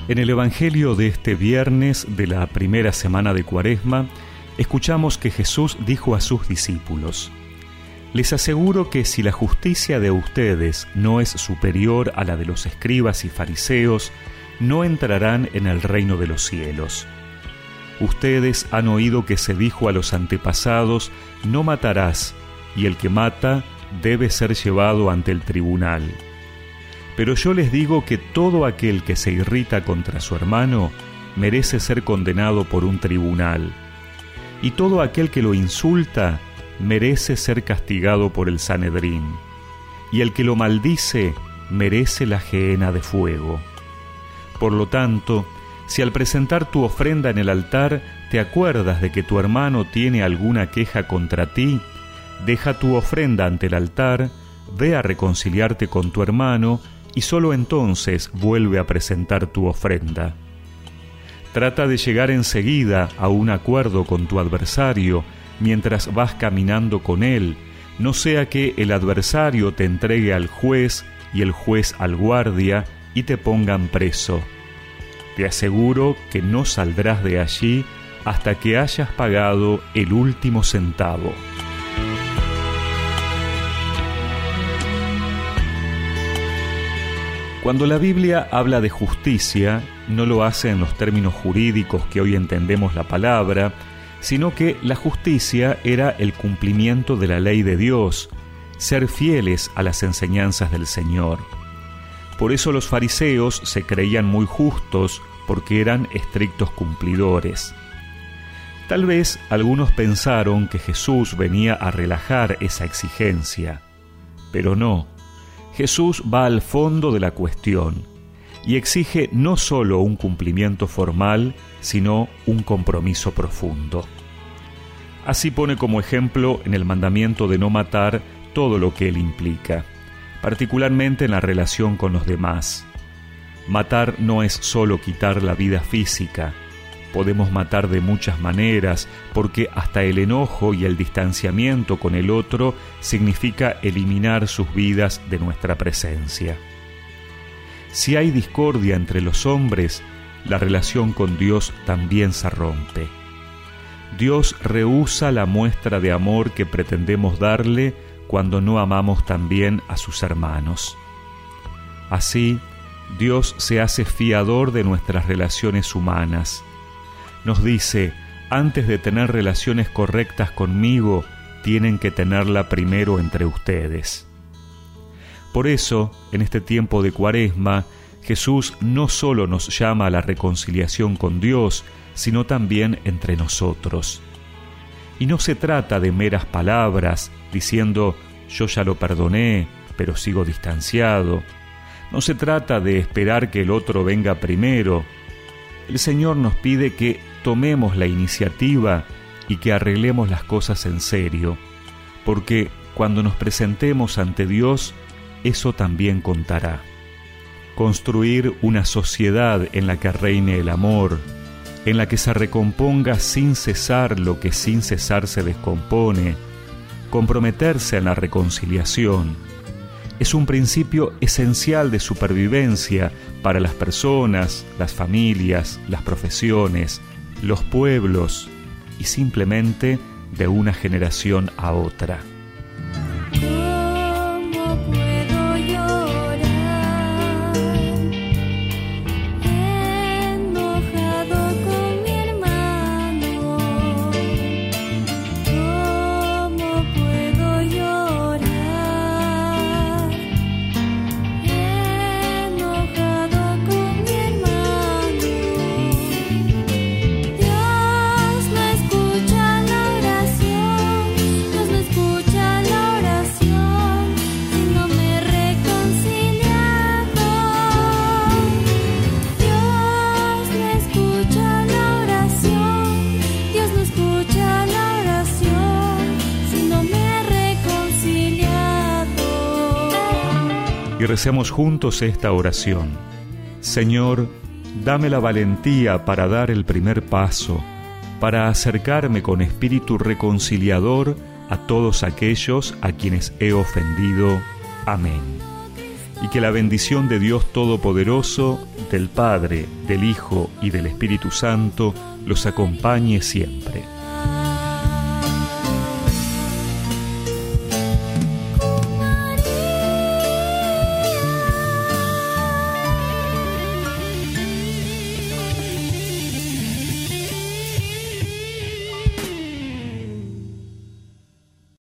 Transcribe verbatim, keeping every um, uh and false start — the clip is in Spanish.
En el Evangelio de este viernes de la primera semana de Cuaresma, escuchamos que Jesús dijo a sus discípulos: «Les aseguro que si la justicia de ustedes no es superior a la de los escribas y fariseos, no entrarán en el reino de los cielos. Ustedes han oído que se dijo a los antepasados: no matarás, y el que mata debe ser llevado ante el tribunal. Pero yo les digo que todo aquel que se irrita contra su hermano merece ser condenado por un tribunal, y todo aquel que lo insulta merece ser castigado por el Sanedrín, y el que lo maldice merece la gehenna de fuego. Por lo tanto, si al presentar tu ofrenda en el altar te acuerdas de que tu hermano tiene alguna queja contra ti, deja tu ofrenda ante el altar, ve a reconciliarte con tu hermano y solo entonces vuelve a presentar tu ofrenda. Trata de llegar enseguida a un acuerdo con tu adversario mientras vas caminando con él, no sea que el adversario te entregue al juez y el juez al guardia y te pongan preso. Te aseguro que no saldrás de allí hasta que hayas pagado el último centavo». Cuando la Biblia habla de justicia, no lo hace en los términos jurídicos que hoy entendemos la palabra, sino que la justicia era el cumplimiento de la ley de Dios, ser fieles a las enseñanzas del Señor. Por eso los fariseos se creían muy justos, porque eran estrictos cumplidores. Tal vez algunos pensaron que Jesús venía a relajar esa exigencia, pero no. Jesús va al fondo de la cuestión y exige no solo un cumplimiento formal, sino un compromiso profundo. Así pone como ejemplo en el mandamiento de no matar todo lo que él implica, particularmente en la relación con los demás. Matar no es solo quitar la vida física. Podemos matar de muchas maneras, porque hasta el enojo y el distanciamiento con el otro significa eliminar sus vidas de nuestra presencia. Si hay discordia entre los hombres, la relación con Dios también se rompe. Dios rehúsa la muestra de amor que pretendemos darle cuando no amamos también a sus hermanos. Así, Dios se hace fiador de nuestras relaciones humanas. Nos dice: antes de tener relaciones correctas conmigo, tienen que tenerla primero entre ustedes. Por eso, en este tiempo de Cuaresma, Jesús no solo nos llama a la reconciliación con Dios, sino también entre nosotros. Y no se trata de meras palabras, diciendo: yo ya lo perdoné, pero sigo distanciado. No se trata de esperar que el otro venga primero. El Señor nos pide que tomemos la iniciativa y que arreglemos las cosas en serio, porque cuando nos presentemos ante Dios, eso también contará. Construir una sociedad en la que reine el amor, en la que se recomponga sin cesar lo que sin cesar se descompone, comprometerse en la reconciliación, es un principio esencial de supervivencia para las personas, las familias, las profesiones, los pueblos y simplemente de una generación a otra. Y recemos juntos esta oración. Señor, dame la valentía para dar el primer paso, para acercarme con espíritu reconciliador a todos aquellos a quienes he ofendido. Amén. y que la bendición de Dios Todopoderoso, del Padre, del Hijo y del Espíritu Santo los acompañe siempre.